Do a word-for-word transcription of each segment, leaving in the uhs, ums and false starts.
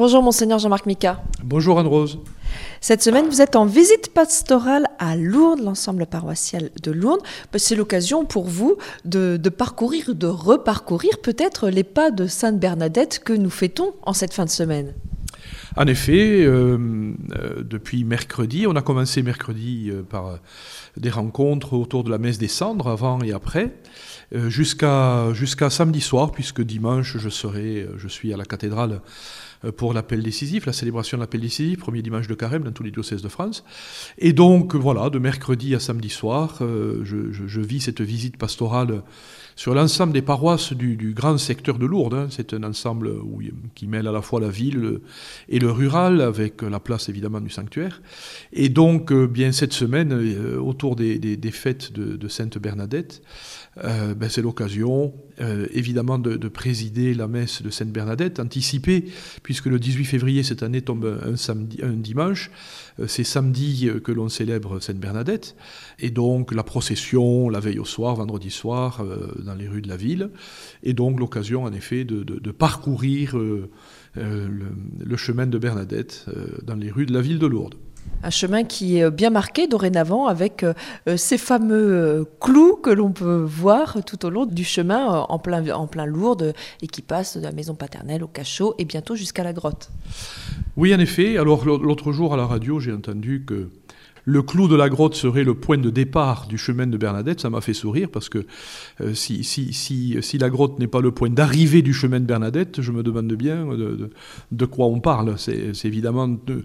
Bonjour Monseigneur Jean-Marc Mika. Bonjour Anne-Rose. Cette semaine, vous êtes en visite pastorale à Lourdes, l'ensemble paroissial de Lourdes. C'est l'occasion pour vous de, de parcourir, de reparcourir peut-être les pas de Sainte Bernadette que nous fêtons en cette fin de semaine. En effet, euh, euh, depuis mercredi, on a commencé mercredi euh, par des rencontres autour de la messe des cendres, avant et après, euh, jusqu'à, jusqu'à samedi soir, puisque dimanche, je serai, je suis à la cathédrale pour l'appel décisif, la célébration de l'appel décisif, premier dimanche de carême dans tous les diocèses de France. Et donc, voilà, de mercredi à samedi soir, euh, je, je, je vis cette visite pastorale sur l'ensemble des paroisses du, du grand secteur de Lourdes. Hein. C'est un ensemble où, qui mêle à la fois la ville et le rural, avec la place évidemment du sanctuaire. Et donc, euh, bien cette semaine, euh, autour des, des, des fêtes de, de Sainte Bernadette, euh, ben, c'est l'occasion euh, évidemment de, de présider la messe de Sainte Bernadette, anticipée, puisque le dix-huit février cette année tombe un, samedi, un dimanche. Euh, c'est samedi que l'on célèbre Sainte Bernadette. Et donc la procession, la veille au soir, vendredi soir, euh, dans les rues de la ville. Et donc l'occasion en effet de, de, de parcourir euh, euh, le, le chemin de Bernadette euh, dans les rues de la ville de Lourdes. Un chemin qui est bien marqué dorénavant avec euh, ces fameux euh, clous que l'on peut voir tout au long du chemin euh, en, plein, en plein Lourdes et qui passent de la maison paternelle au cachot et bientôt jusqu'à la grotte. Oui, en effet. Alors l'autre jour à la radio, j'ai entendu que le clou de la grotte serait le point de départ du chemin de Bernadette. Ça m'a fait sourire parce que euh, si, si, si, si la grotte n'est pas le point d'arrivée du chemin de Bernadette, je me demande bien de, de, de quoi on parle. C'est, c'est évidemment de,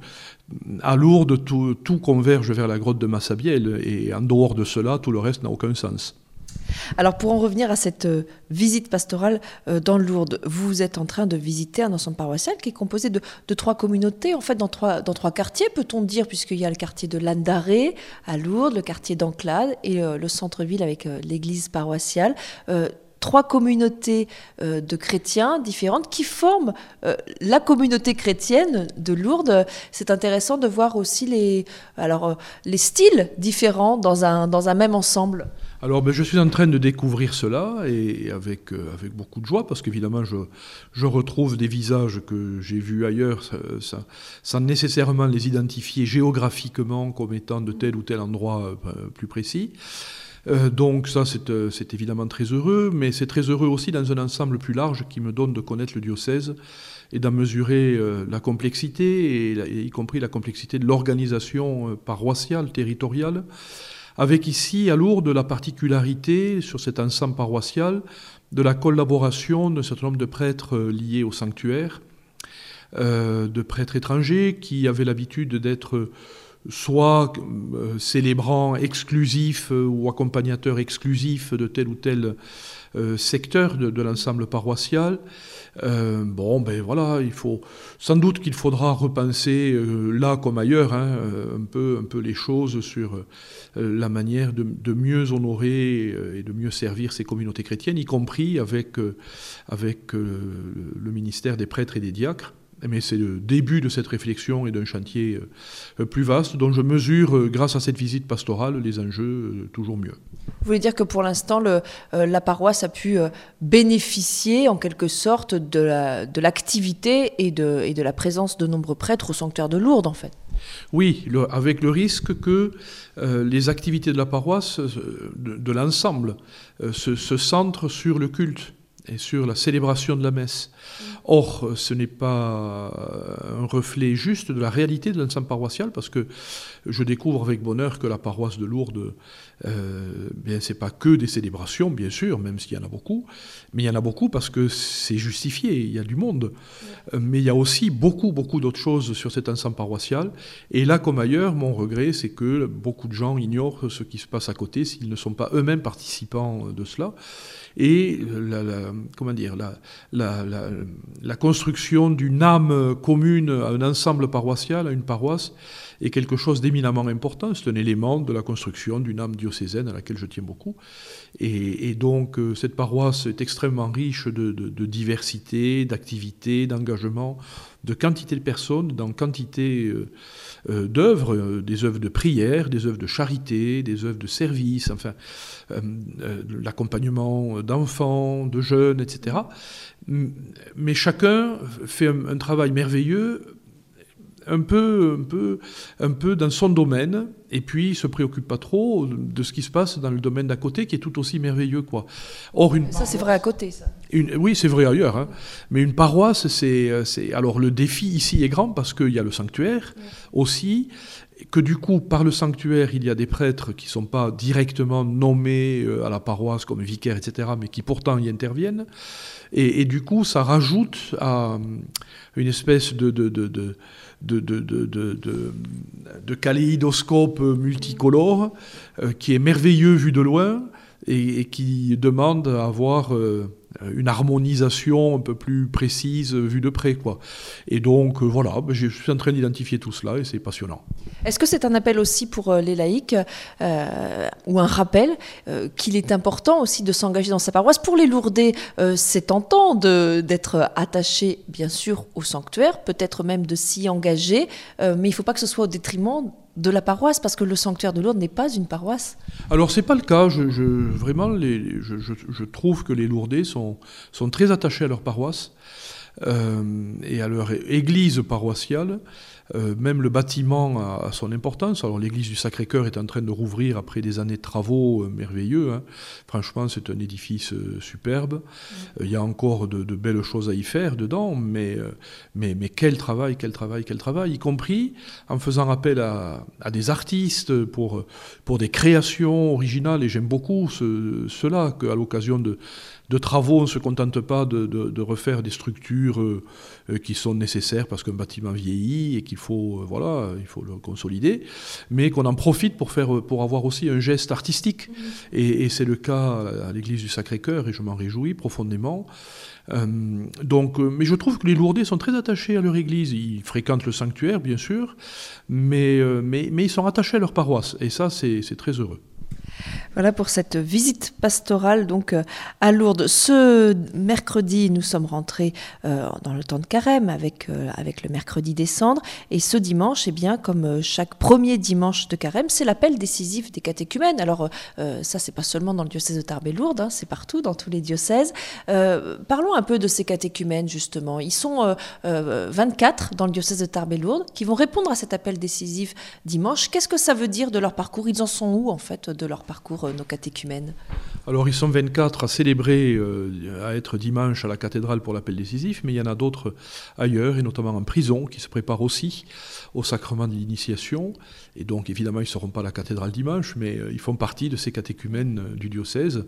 à Lourdes, tout, tout converge vers la grotte de Massabielle et en dehors de cela, tout le reste n'a aucun sens. Alors pour en revenir à cette euh, visite pastorale euh, dans Lourdes, vous êtes en train de visiter un ensemble paroissial qui est composé de, de trois communautés, en fait dans trois, dans trois quartiers, peut-on dire, puisqu'il y a le quartier de Landaré à Lourdes, le quartier d'Enclade et euh, le centre-ville avec euh, l'église paroissiale. Euh, Trois communautés euh, de chrétiens différentes qui forment euh, la communauté chrétienne de Lourdes. C'est intéressant de voir aussi les, alors, euh, les styles différents dans un, dans un même ensemble. Alors ben, je suis en train de découvrir cela et avec, euh, avec beaucoup de joie parce qu'évidemment je, je retrouve des visages que j'ai vus ailleurs ça, ça, sans nécessairement les identifier géographiquement comme étant de tel ou tel endroit euh, plus précis. Euh, donc ça c'est, euh, c'est évidemment très heureux, mais c'est très heureux aussi dans un ensemble plus large qui me donne de connaître le diocèse et d'en mesurer euh, la complexité, et, la, et y compris la complexité de l'organisation euh, paroissiale, territoriale, avec ici à Lourdes la particularité sur cet ensemble paroissial de la collaboration d'un certain nombre de prêtres euh, liés au sanctuaire, euh, de prêtres étrangers qui avaient l'habitude d'être soit euh, célébrants exclusifs euh, ou accompagnateurs exclusifs de tel ou tel euh, secteur de, de l'ensemble paroissial. Euh, bon, ben voilà, il faut sans doute qu'il faudra repenser euh, là comme ailleurs hein, un peu, un peu les choses sur euh, la manière de, de mieux honorer euh, et de mieux servir ces communautés chrétiennes, y compris avec, euh, avec euh, le ministère des prêtres et des diacres. Mais c'est le début de cette réflexion et d'un chantier plus vaste dont je mesure, grâce à cette visite pastorale, les enjeux toujours mieux. Vous voulez dire que pour l'instant, le, euh, la paroisse a pu euh, bénéficier en quelque sorte de, la, de l'activité et de, et de la présence de nombreux prêtres au sanctuaire de Lourdes, en fait. Oui, le, avec le risque que euh, les activités de la paroisse, de, de l'ensemble, euh, se, se centrent sur le culte et sur la célébration de la messe. Or, ce n'est pas un reflet juste de la réalité de l'ensemble paroissial, parce que je découvre avec bonheur que la paroisse de Lourdes, euh, bien, c'est pas que des célébrations, bien sûr, même s'il y en a beaucoup, mais il y en a beaucoup parce que c'est justifié, il y a du monde. Ouais. Mais il y a aussi beaucoup, beaucoup d'autres choses sur cet ensemble paroissial. Et là, comme ailleurs, mon regret, c'est que beaucoup de gens ignorent ce qui se passe à côté s'ils ne sont pas eux-mêmes participants de cela. Et la, la, comment dire, la, la, la, la construction d'une âme commune à un ensemble paroissial, à une paroisse, est quelque chose d'éminemment important. C'est un élément de la construction d'une âme diocésaine à laquelle je tiens beaucoup. Et, et donc, euh, cette paroisse est extrêmement riche de, de, de diversité, d'activités, d'engagement, de quantité de personnes, dans quantité euh, euh, d'œuvres, euh, des œuvres de prière, des œuvres de charité, des œuvres de service, enfin, euh, euh, l'accompagnement d'enfants, de jeunes, et cetera. Mais chacun fait un, un travail merveilleux, un peu, un, peu, un peu dans son domaine, et puis il ne se préoccupe pas trop de ce qui se passe dans le domaine d'à côté, qui est tout aussi merveilleux, quoi. Or, une ça, paroisse, c'est vrai à côté, ça. Une, oui, c'est vrai ailleurs, hein. Mais une paroisse, c'est, c'est... Alors, le défi ici est grand, parce qu'il y a le sanctuaire, oui. aussi, que du coup, par le sanctuaire, il y a des prêtres qui ne sont pas directement nommés à la paroisse comme vicaires, et cetera, mais qui pourtant y interviennent. Et, et du coup, ça rajoute à une espèce de, de, de, de, de, de, de, de, de, de kaléidoscope multicolore euh, qui est merveilleux vu de loin et, et qui demande à avoir euh, une harmonisation un peu plus précise vue de près, quoi. Et donc, euh, voilà, ben, je suis en train d'identifier tout cela et c'est passionnant. Est-ce que c'est un appel aussi pour les laïcs, euh, ou un rappel euh, qu'il est important aussi de s'engager dans sa paroisse? Pour les Lourdais, euh, c'est tentant de, d'être attaché, bien sûr, au sanctuaire, peut-être même de s'y engager, euh, mais il ne faut pas que ce soit au détriment de la paroisse, parce que le sanctuaire de Lourdes n'est pas une paroisse. Alors, ce n'est pas le cas. Je, je, vraiment, les, je, je, je trouve que les Lourdais sont, sont très attachés à leur paroisse euh, et à leur église paroissiale. Euh, même le bâtiment a, a son importance. Alors, l'église du Sacré-Cœur est en train de rouvrir après des années de travaux euh, merveilleux, hein. Franchement, c'est un édifice euh, superbe. Il euh, y a encore de, de belles choses à y faire dedans, mais, euh, mais, mais quel travail, quel travail, quel travail, y compris en faisant appel à, à des artistes pour, pour des créations originales. Et j'aime beaucoup ce, cela, qu'à l'occasion de, de travaux, on ne se contente pas de, de, de refaire des structures euh, qui sont nécessaires parce qu'un bâtiment vieillit et qu'il faut, euh, voilà, il faut le consolider, mais qu'on en profite pour, faire, pour avoir aussi un geste artistique. Mmh. Et, et c'est le cas à l'église du Sacré-Cœur, et je m'en réjouis profondément. Euh, donc, euh, mais je trouve que les Lourdais sont très attachés à leur église. Ils fréquentent le sanctuaire, bien sûr, mais, euh, mais, mais ils sont attachés à leur paroisse, et ça, c'est, c'est très heureux. Voilà pour cette visite pastorale donc à Lourdes. Ce mercredi, nous sommes rentrés euh, dans le temps de carême avec, euh, avec le mercredi des cendres. Et ce dimanche, eh bien, comme chaque premier dimanche de carême, c'est l'appel décisif des catéchumènes. Alors euh, ça, c'est pas seulement dans le diocèse de Tarbes et Lourdes, hein, c'est partout, dans tous les diocèses. Euh, parlons un peu de ces catéchumènes, justement. Ils sont euh, euh, vingt-quatre dans le diocèse de Tarbes et Lourdes qui vont répondre à cet appel décisif dimanche. Qu'est-ce que ça veut dire de leur parcours? Ils en sont où, en fait, de leur parcours, nos catéchumènes? Alors, ils sont vingt-quatre à célébrer, euh, à être dimanche à la cathédrale pour l'appel décisif, mais il y en a d'autres ailleurs, et notamment en prison, qui se préparent aussi au sacrement de l'initiation. Et donc, évidemment, ils ne seront pas à la cathédrale dimanche, mais euh, ils font partie de ces catéchumènes euh, du diocèse.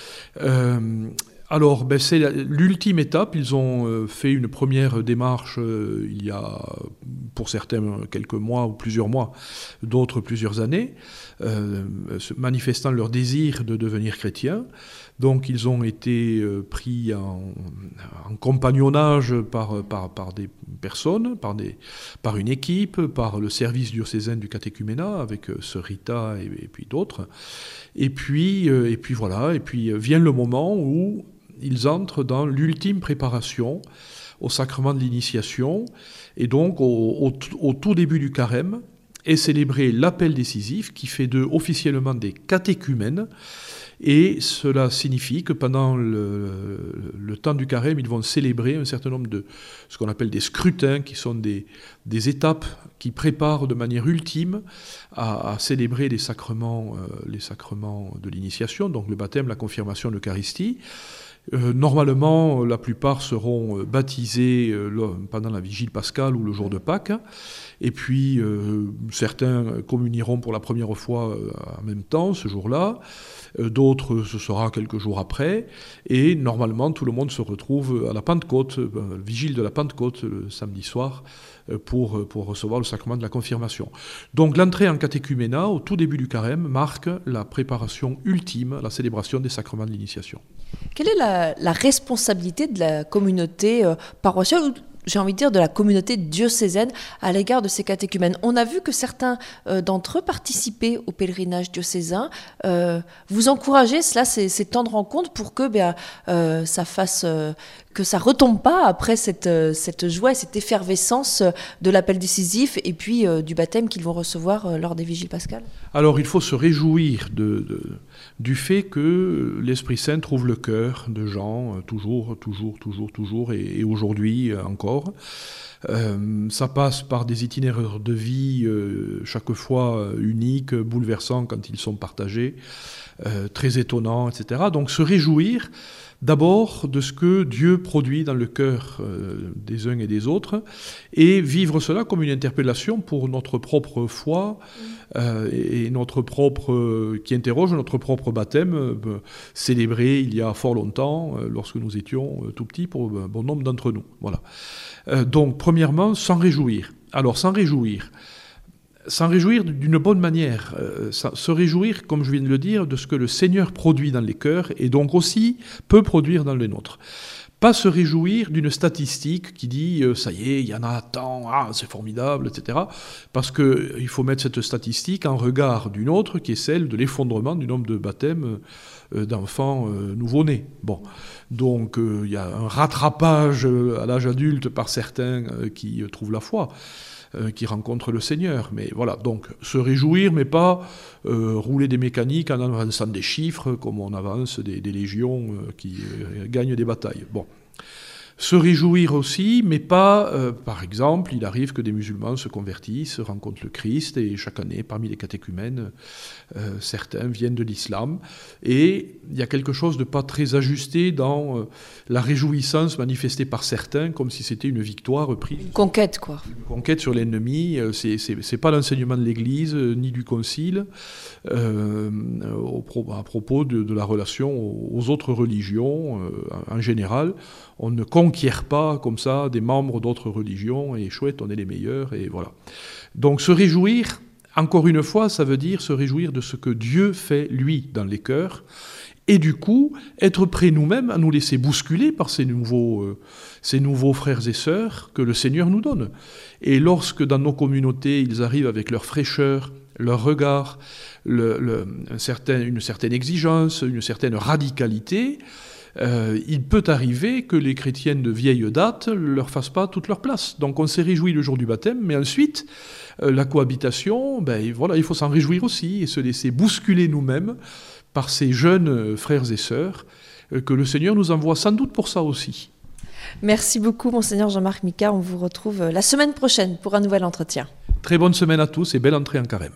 Euh, Alors, ben, c'est l'ultime étape. Ils ont euh, fait une première démarche euh, il y a, pour certains, quelques mois ou plusieurs mois, d'autres plusieurs années, euh, manifestant leur désir de devenir chrétiens. Donc, ils ont été euh, pris en, en compagnonnage par, par, par des personnes, par, des, par une équipe, par le service diocésain du catéchuménat, avec euh, Sœur Rita et, et puis d'autres. Et puis, euh, et puis voilà, et puis vient le moment où ils entrent dans l'ultime préparation au sacrement de l'initiation, et donc au, au, au tout début du carême est célébré l'appel décisif qui fait d'eux officiellement des catéchumènes, et cela signifie que pendant le, le temps du carême, ils vont célébrer un certain nombre de ce qu'on appelle des scrutins, qui sont des, des étapes qui préparent de manière ultime à, à célébrer les sacrements, euh, les sacrements de l'initiation, donc le baptême, la confirmation, l'Eucharistie. Euh, normalement, la plupart seront baptisés euh, pendant la vigile pascale ou le jour de Pâques, et puis euh, certains communieront pour la première fois euh, en même temps ce jour-là, euh, d'autres ce sera quelques jours après, et normalement tout le monde se retrouve à la Pentecôte, euh, vigile de la Pentecôte le samedi soir, euh, pour, pour recevoir le sacrement de la confirmation. Donc l'entrée en catéchuménat au tout début du carême marque la préparation ultime, la célébration des sacrements de l'initiation. Quelle est la, la responsabilité de la communauté euh, paroissiale ou j'ai envie de dire, de la communauté diocésaine à l'égard de ces catéchumènes. On a vu que certains euh, d'entre eux participaient au pèlerinage diocésain. Euh, vous encouragez cela, ces, ces temps de rencontre pour que ben, euh, ça fasse, euh, que ça retombe pas après cette, euh, cette joie, cette effervescence de l'appel décisif et puis euh, du baptême qu'ils vont recevoir euh, lors des vigiles pascales. Alors il faut se réjouir de, de, du fait que l'Esprit Saint trouve le cœur de gens, toujours, toujours, toujours, toujours, et, et aujourd'hui encore. Euh, ça passe par des itinéraires de vie euh, chaque fois euh, uniques, bouleversants quand ils sont partagés, euh, très étonnants, et cetera. Donc se réjouir d'abord de ce que Dieu produit dans le cœur euh, des uns et des autres, et vivre cela comme une interpellation pour notre propre foi euh, et notre propre, euh, qui interroge notre propre baptême, euh, célébré il y a fort longtemps, euh, lorsque nous étions euh, tout petits pour un bon nombre d'entre nous. Voilà. Euh, donc, premièrement, s'en réjouir. Alors, s'en réjouir. S'en réjouir d'une bonne manière, euh, se réjouir, comme je viens de le dire, de ce que le Seigneur produit dans les cœurs et donc aussi peut produire dans les nôtres. Pas se réjouir d'une statistique qui dit euh, ça y est, il y en a tant, ah, c'est formidable, et cetera. Parce qu'il faut mettre cette statistique en regard d'une autre qui est celle de l'effondrement du nombre de baptêmes euh, d'enfants euh, nouveau-nés. Bon. Donc il euh, y a un rattrapage à l'âge adulte par certains euh, qui euh, trouvent la foi, qui rencontrent le Seigneur. Mais voilà, donc se réjouir, mais pas euh, rouler des mécaniques en avançant des chiffres, comme on avance des, des légions euh, qui euh, gagnent des batailles. Bon. Se réjouir aussi, mais pas, euh, par exemple, il arrive que des musulmans se convertissent, rencontrent le Christ, et chaque année, parmi les catéchumènes, euh, certains viennent de l'islam. Et il y a quelque chose de pas très ajusté dans euh, la réjouissance manifestée par certains, comme si c'était une victoire prise. Une conquête, quoi. Une conquête sur l'ennemi, euh, c'est, c'est, c'est pas l'enseignement de l'Église, euh, ni du Concile, euh, au pro, à propos de, de la relation aux autres religions, euh, en général. On ne conquiert pas comme ça des membres d'autres religions, et chouette, on est les meilleurs, et voilà. Donc se réjouir, encore une fois, ça veut dire se réjouir de ce que Dieu fait, lui, dans les cœurs, et du coup, être prêts nous-mêmes à nous laisser bousculer par ces nouveaux, euh, ces nouveaux frères et sœurs que le Seigneur nous donne. Et lorsque dans nos communautés, ils arrivent avec leur fraîcheur, leur regard, le, le, un certain, une certaine exigence, une certaine radicalité, Euh, il peut arriver que les chrétiennes de vieille date ne leur fassent pas toute leur place. Donc on s'est réjoui le jour du baptême, mais ensuite, euh, la cohabitation, ben, voilà, il faut s'en réjouir aussi et se laisser bousculer nous-mêmes par ces jeunes frères et sœurs euh, que le Seigneur nous envoie sans doute pour ça aussi. Merci beaucoup, Monseigneur Jean-Marc Micard. On vous retrouve la semaine prochaine pour un nouvel entretien. Très bonne semaine à tous et belle entrée en carême.